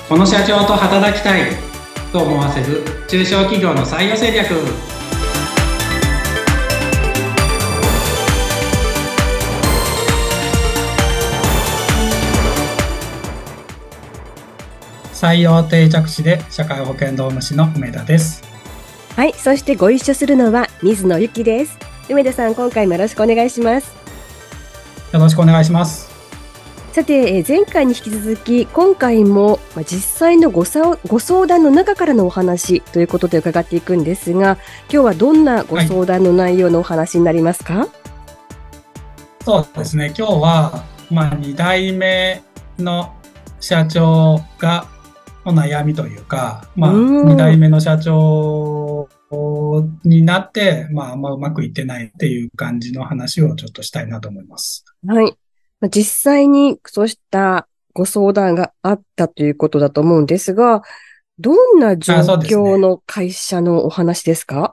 この社長と働きたいと思わせる中小企業の採用戦略。採用定着士で社会保険労務士の梅田です。 はい、そしてご一緒するのは水野ゆきです。梅田さん、今回もよろしくお願いします。 よろしくお願いします。 さて、前回に引き続き今回も実際のご相談の中からのお話ということで伺っていくんですが、今日はどんなご相談の内容のお話になりますか？はい、 そうですね、今日は、2代目の社長がの悩みというか、2代目の社長になって、あんまうまくいってないっていう感じの話をちょっとしたいなと思います。 はい。実際にそうしたご相談があったということだと思うんですが、どんな状況の会社のお話ですか？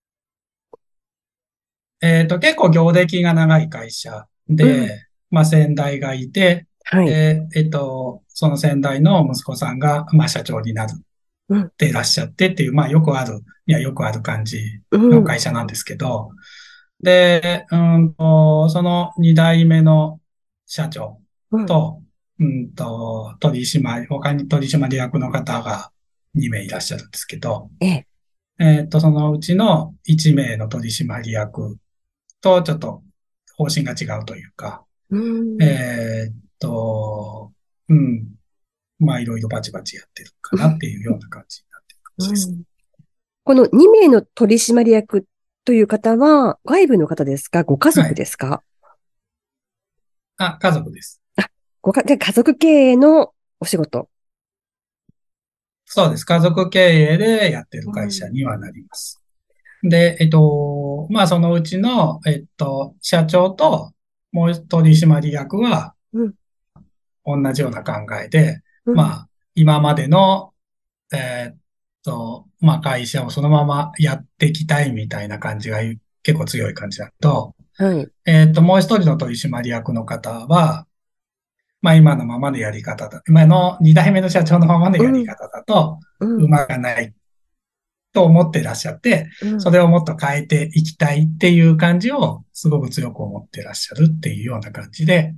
結構業歴が長い会社で、先代がいて、 はい。 その先代の息子さんが、社長になるっていらっしゃってっていう、よくある感じの会社なんですけど、で、その2代目の社長と、他に取締役の方が2名いらっしゃるんですけど、そのうちの1名の取締役とちょっと方針が違うというか、いろいろバチバチやってるかなっていうような感じになってる感じです。 この2名の取締役という方は外部の方ですか？ご家族ですか？ はい、家族です。 じゃあ家族経営のお仕事。 そうです。家族経営でやってる会社にはなります。で、そのうちの、社長ともう取締役は、同じような考えで、今までの、会社をそのままやっていきたいみたいな感じが結構強い感じだと、もう一人の取締役の方は、今のままのやり方だ。今の2代目の社長のままのやり方だと、うまくないと思ってらっしゃって、それをもっと変えていきたいっていう感じをすごく強く思ってらっしゃるっていうような感じで、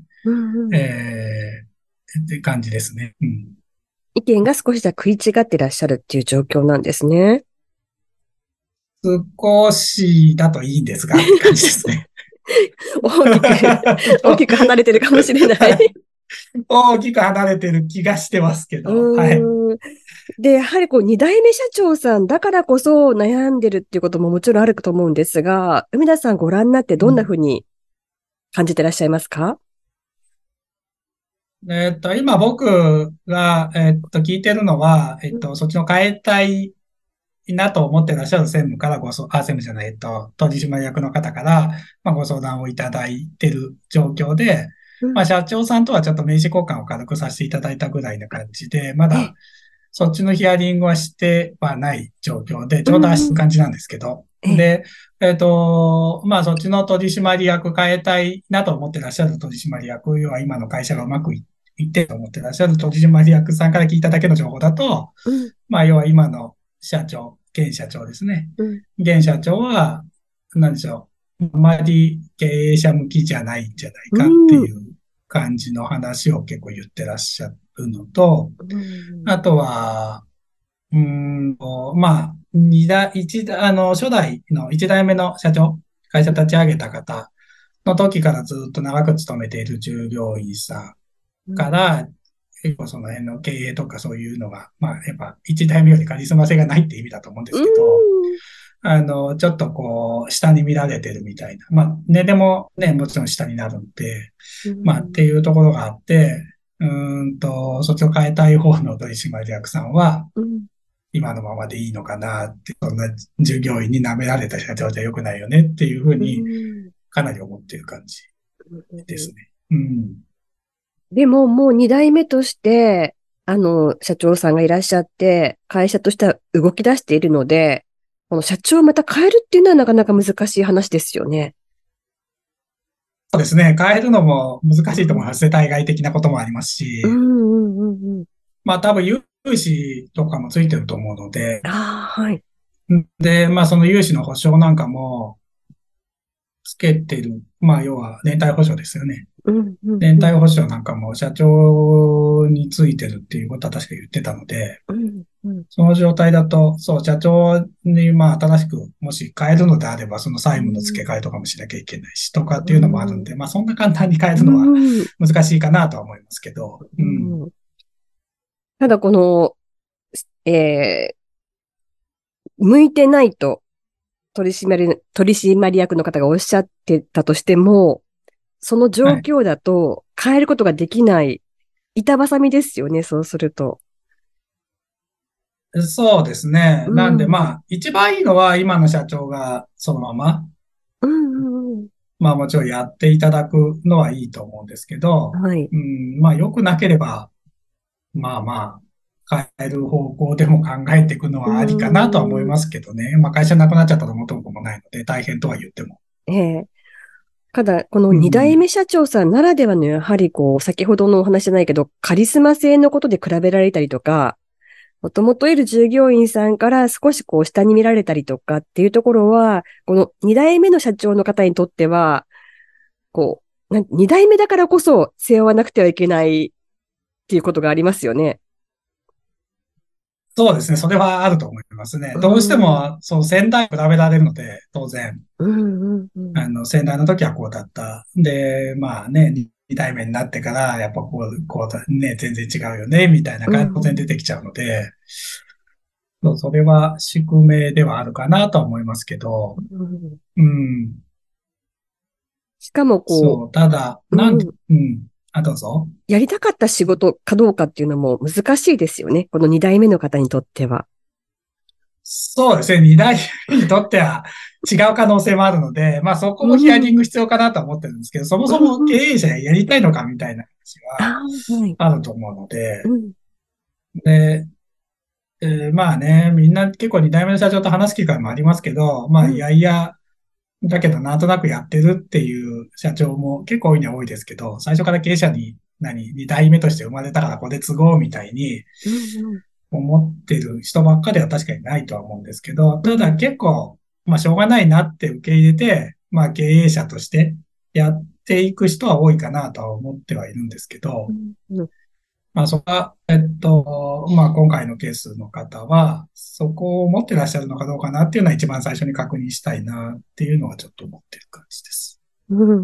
って感じですね。 意見が少し食い違ってらっしゃるっていう状況なんですね。 少しだといいんですが、って感じですね。 大きく離れてるかもしれない。 大きく離れてる気がしてますけど、はい。 で、やはり2代目社長さんだからこそ悩んでるっていうことももちろんあると思うんですが、梅田さんご覧になってどんなふうに感じてらっしゃいますか？ 今僕が、聞いてるのは、そっちの変えたいなと思ってらっしゃる専務から専務じゃない、取締役の方から、ご相談をいただいてる状況で、社長さんとはちょっと名刺交換を軽くさせていただいたぐらいな感じで、まだそっちのヒアリングはしてはない状況で、ちょうど明日の感じなんですけど、で、そっちの取締役変えたいなと思ってらっしゃる取締役、要は今の会社がうまくいってと思ってらっしゃる取締役さんから聞いただけの情報だと、要は今の社長、現社長ですね。現社長は、何でしょう。あまり経営者向きじゃないんじゃないかっていう感じの話を結構言ってらっしゃるのと、あとは、初代の一代目の社長、会社立ち上げた方の時からずっと長く勤めている従業員さんから、結構その辺の経営とかそういうのが、やっぱ一代目よりカリスマ性がないって意味だと思うんですけど、ちょっと下に見られてるみたいな。年齢もね、もちろん下になるんで、っていうところがあって、そっちを変えたい方の取締役さんは、今のままでいいのかなって、そんな従業員に舐められた社長じゃ良くないよねっていうふうに、かなり思っている感じですね。 でももう2代目として、社長さんがいらっしゃって、会社としては動き出しているので、この社長をまた変えるっていうのはなかなか難しい話ですよね。 そうですね。変えるのも難しいと思います。世帯外的なこともありますし。多分言う融資とかもついてると思うので、 ああ、はい。 で、まあその融資の保証なんかもつけてる。まあ要は連帯保証ですよね。 うん、うん、 連帯うん。 保証なんかも社長についてるっていうことは確か言ってたので、 うん、うん。 その状態だと、そう、社長にまあ新しくもし変えるのであれば、その債務の付け替えとかもしなきゃいけないし、とかっていうのもあるんで、まあそんな簡単に変えうるのはん、 難しいかなとは思いますけど、ううん。 ん。ただこの、え向いてないと取締役の方がおっしゃってたとしても、その状はい。 況だと変えることができない板挟みですよね、そうすると。 そうですね。 うなんでまん。 あ、一番いいのは今の社長がそのまま、 うん、うん、 まあもちろんやっていただくのはいいと思うんですけど、 はい。 うん、まあ良くなければ、まあまあ、変える方向でも考えていくのうはありかなとは思いん。 ますけどね。まあ会社なくなっちゃったら元も子もないので大変とは言っても。 ええ。ただ、このうん。 二代目社長さんならではの、やはりこう、先ほどのお話じゃないけど、カリスマ性のことで比べられたりとか、もともといる従業員さんから少しこう、下に見られたりとかっていうところは、この二代目の社長の方にとっては、こ二代目だからこそ背負わなくてはいけないっていうことがありますよね。 そうですね。それはあると思いますね。 うどうしてん、 も、そう、先代に比べられるので、当然。 うん、うん、 先代の時はこうだった。で、まあね、二代目になってから、やっぱこうだね、全然違うよね、みたいなうん、 感じ当然出てきちゃうので、そうそれは宿命ではあるかなとは思いますけど、 うん。 うん。 しかもこそう、ただ、 う、うん、 うん。あ、どうぞ。 やりたかった仕事かどうかっていうのも難しいですよね。この二代目の方にとっては。 そうですね。二代目にとっては違う可能性もあるので、まあそこうもヒアリンん、 グ必要かなとは思ってるんですけど、そもうそも経ん、 営者やりたいのかみたいな話はああ、はい。 あると思うので、 うん、 で、まあね、みんな結構二代目の社長と話す機会もありますけど、まあいうん、 やいや、だけどなんとなくやってるっていう社長も結構多いには多いですけど、最初から経営者に二代目として生まれたからこれ都合みたいにうん、 思ってる人ばっかりは確かにないとは思うんですけど、ただうん、 結構、まあしょうがないなって受け入れて、まあ経営者としてやっていく人は多いかなとは思ってはいるんですけど、 うん、うん、 まあそこは、まあ今回のケースの方は、そこを持ってらっしゃるのかどうかなっていうのは一番最初に確認したいなっていうのはちょっと思ってる感じです。 うん。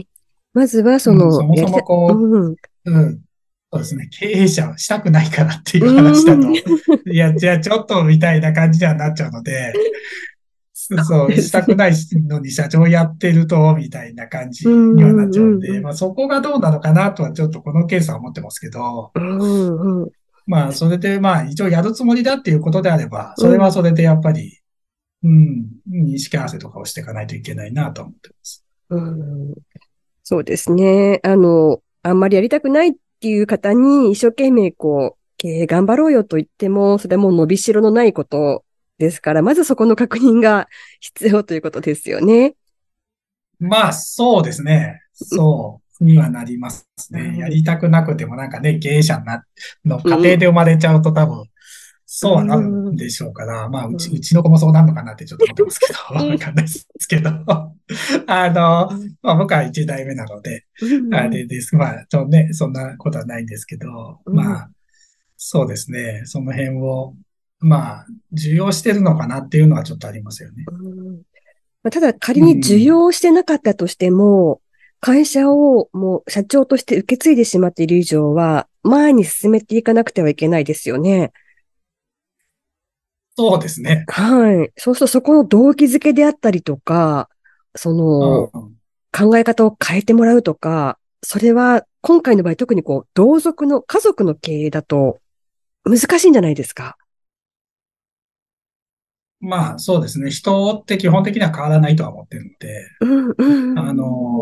まずは、そうん、その、 もそもうん、 うん、そうですね、経営者をしたくないからっていう話うん、 だと、いや、じゃあちょっとみたいな感じにはなっちゃうので、そう、 ですね。 したくないのに社長やってると、みたいな感うじにはなっん、うん、うちゃうんで、 ん、 まあそこがどうなのかなとはちょっとこのケースは思ってますけど、 うん、うん、 まあそれでまあ一応やるつもりだっていうことであれば、それはうん、 それでやっぱり、うん、認識合わせとかをしていかないといけないなと思ってます。 うん。そうですね。あんまりやりたくないっていう方に一生懸命こう、経営頑張ろうよと言っても、それはもう伸びしろのないことですから、まずそこの確認が必要ということですよね。 まあそうですね。そうにはなりますね。やはい。 りたくなくてもなんかね、経営者のう家庭ん。 で生まれちゃうと多分、 うそうはなるんん。 でしょうから、まあ、ううん。 ちの子もそうなるのかなってちょっと思ってますけど、わかんないですけど、まあ僕は一代目なので、 うあん。 れです。まあ、ね、そんなことはないんですけど、 うん。 まあ、そうですね。その辺を、まあ、受容してるのかなっていうのはちょっとありますよね。 うん。まあただ仮うに受ん。 容してなかったとしても、会社をもう社長として受け継いでしまっている以上は、前に進めていかなくてはいけないですよね。 そうですね。 はい。そうするとそこの動機づけであったりとか、そのうん。 考え方を変えてもらうとか、それは今回の場合特にこう同族の家族の経営だと難しいんじゃないですか。 まあ、そうですね。人って基本的には変わらないとは思ってるので、 うん、うん、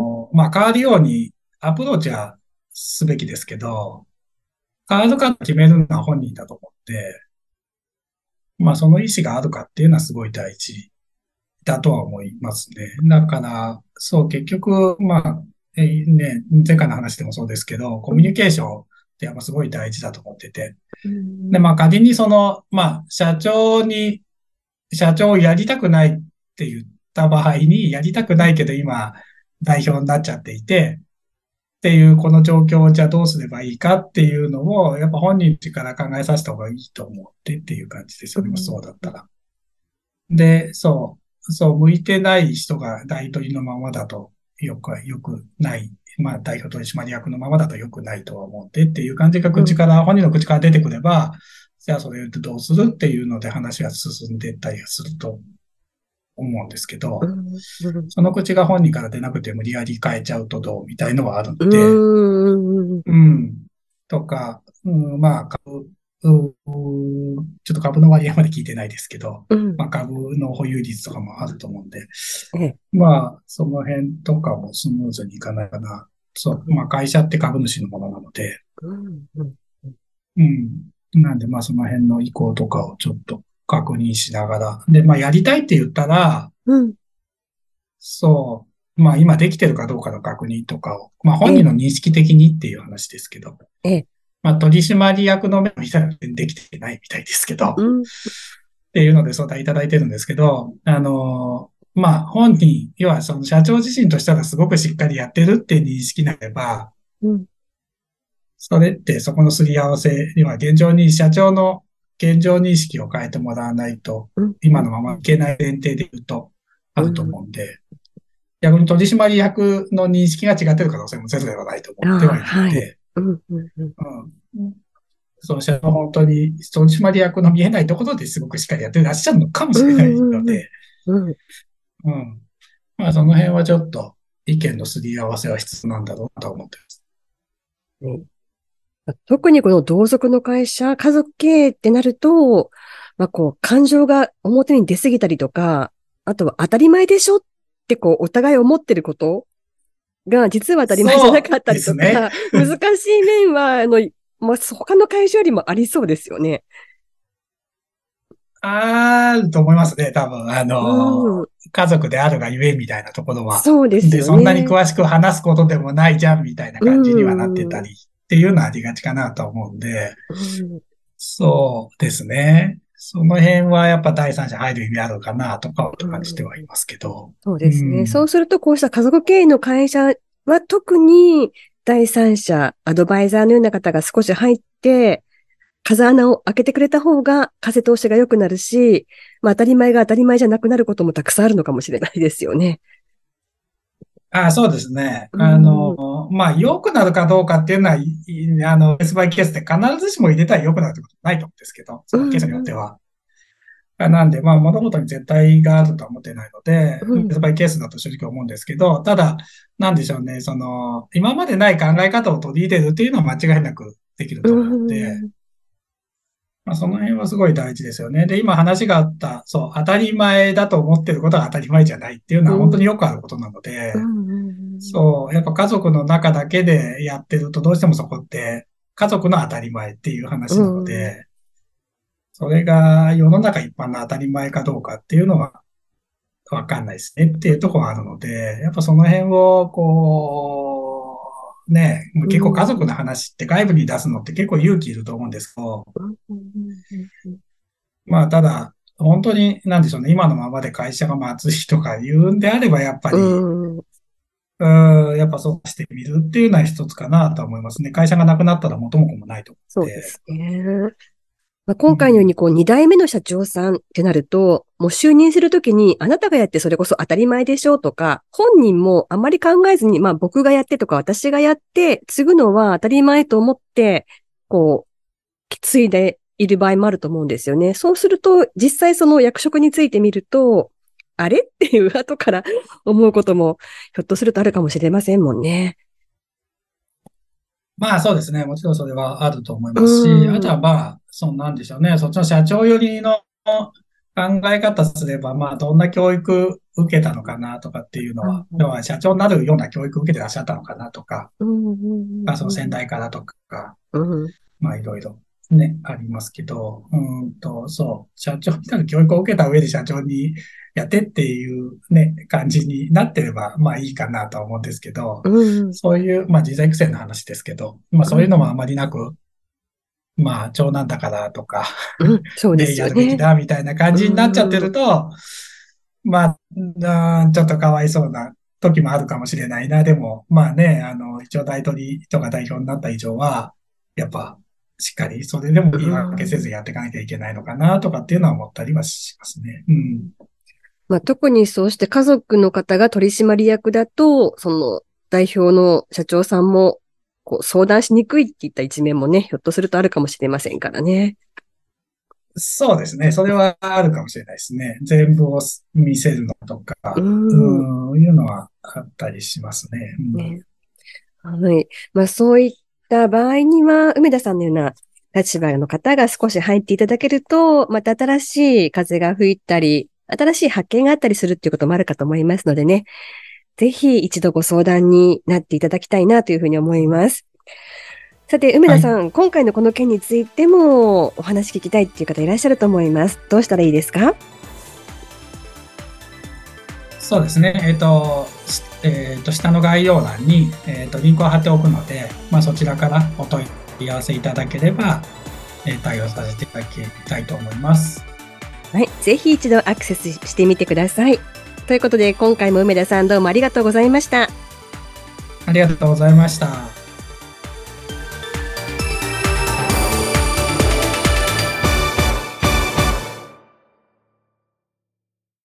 まあ、変わるようにアプローチはすべきですけど、変わるか決めるのは本人だと思って、まあ、その意思があるかっていうのはすごい大事だとは思いますね。だから、そう、結局、まあ、前回の話でもそうですけど、コうん、 ミュニケーションっってやっぱすごい大事だと思ってて。 うで、 ん。 まあ仮に社長をやりたくないって言った場合に、やりたくないけど今代表になっちゃっていて、っていうこの状況をじゃあどうすればいいかっていうのを、やっぱ本人から考えさせた方がいいと思ってっていう感じですよね。もしそうだったら。で、向いてない人が代取りのままだとよくない。まあ、代表取締役のままだとよくないとは思ってっていう感じが本人の口から出てくれば、じゃあそれでどうするっていうので話が進んでいったりすると思うんですけど、その口が本人から出なくて無理やり変えちゃうとどうみたいのはあるので、うん、とか、まあ、ちょっと株の割合まで聞いてないですけど、まあ、株の保有率とかもあると思うんで、まあ、その辺とかもスムーズにいかないかな。そう、まあ、会社って株主のものなので、うん。なんで、まあ、その辺の意向とかをちょっと確認しながら。で、まあ、やりたいって言ったら、まあ、今できてるかどうかの確認とかを、まあ、本人の認識的にっていう話ですけど、まあ、取締役の目を見たらできてないみたいですけど、っていうので相談いただいてるんですけど、まあ、本人、要はその社長自身としたらすごくしっかりやってるって認識になれば、それってそこのすり合わせには社長の現状認識を変えてもらわないと、今のままいけない前提で言うとあると思うんで、逆に取締役の認識が違ってる可能性もゼロではないと思ってはいるので、その社長本当に取締役の見えないところですごくしっかりやってらっしゃるのかもしれないので、まあその辺はちょっと意見のすり合わせは必要なんだろうと思ってます。 特にこの同族の会社、家族経営ってなると、感情が表に出すぎたりとか、あとは当たり前でしょってお互い思ってることが、実は当たり前じゃなかったりとか、難しい面は、他の会社よりもありそうですよね。 あると思いますね、多分。家族であるがゆえみたいなところは。 そうですで、 よそんなにね。 詳しく話すことでもないじゃんみたいな感じにはなってたりっていうのはありがちかなと思うんで、そうですね。その辺はやっぱ第三者入る意味あるかなとかは感じてはいますけど。 そうですね。そうすると、こうした家族経営の会社は特に第三者、アドバイザーのような方が少し入って、風穴を開けてくれた方が風通しが良くなるし、当たり前が当たり前じゃなくなることもたくさんあるのかもしれないですよね。 そうですね。 うん。 まあ、良くなるかどうかっていうのは、ケースバイケースで必ずしも入れたら良くなるってことはないと思うんですけど、そのケースによっては。なんで、まあ、物事に絶対があるとは思ってないので、ケースバイケースだと正直思うんですけど、ただ、なんでしょうね、今までない考え方を取り入れるっていうのは間違いなくできると思うんで、まあ、その辺はすごい大事ですよね。で、今話があった、そう、当たり前だと思ってることが当たり前じゃないっていうのは本当によくあることなので、そう、やっぱ家族の中だけでやってるとどうしてもそこって家族の当たり前っていう話なので、それが世の中一般の当たり前かどうかっていうのはわかんないですねっていうところがあるので、やっぱその辺を結構家族の話って外部に出すのって結構勇気いると思うんですけど、まあただ、本当に、なんでしょうね、今のままで会社がまずいとか言うんであれば、やっぱり、やっぱそうしてみるっていうのは一つかなと思いますね。会社がなくなったら元も子もないと思って。 そうですね。今回のように2代目の社長さんってなると、もう就任するときに、あなたがやってそれこそ当たり前でしょうとか、本人もあまり考えずに、僕がやってとか私がやって、継ぐのは当たり前と思って、こ継いでいる場合もあると思うんですよね。そうすると、実際その役職についてみると、あれっていう後から思うことも、ひょっとするとあるかもしれませんもんね。 まあそうですね。もちろんそれはあると思いうますし、あとん。 はまあ、そうなんでしょうね。そっちの社長寄りの考え方すれば、まあどんな教育受けたのかなとかっていうのは、要は社長になるような教育受けてらっしゃったのかなとか、その先代からとか、まあいろいろね、ありますけど、そう、社長になる教育を受けた上で社長にやってっていうね、感じになってれば、まあいいかなとは思うんですけど、 うん。 そういう、まあ人材育成の話ですけど、まあうん。 そういうのもあまりなく、まあ長男だからとかうん。そうでで、やるべきすよね。 だみたいな感うじになっちゃってん。 ると、まあ、ちょっとかわいそうな時もあるかもしれないな。でも、まあね、一応大取りとか代表になった以上は、やっぱ、しっかり、それでもう言い訳せずん。 やっていかなきゃいけないのかなとかっていうのは思ったりはしますね。うん。 まあ、特にそうして家族の方が取締役だと、その代表の社長さんもこう相談しにくいっていった一面もね、ひょっとするとあるかもしれませんからね。 そうですね。それはあるかもしれないですね。全部を見せるのとうか、 ん。 いうのはあったりしますね。うん。 ね。はい。まあ、そういった場合には、梅田さんのような立場の方が少し入っていただけると、また新しい風が吹いたり、新しい発見があったりするっていうこともあるかと思いますのでね。ぜひ一度ご相談になっていただきたいなというふうに思います。さて、梅はい。 田さん、今回のこの件についてもお話聞きたいっていう方いらっしゃると思います。どうしたらいいですか？ そうですね。下の概要欄に、リンクを貼っておくので、まあ、そちらからお問い合わせいただければ、対応させていただきたいと思います。 はい。ぜひ一度アクセスしてみてください。ということで、今回も梅田さんどうもありがとうございました。 ありがとうございました。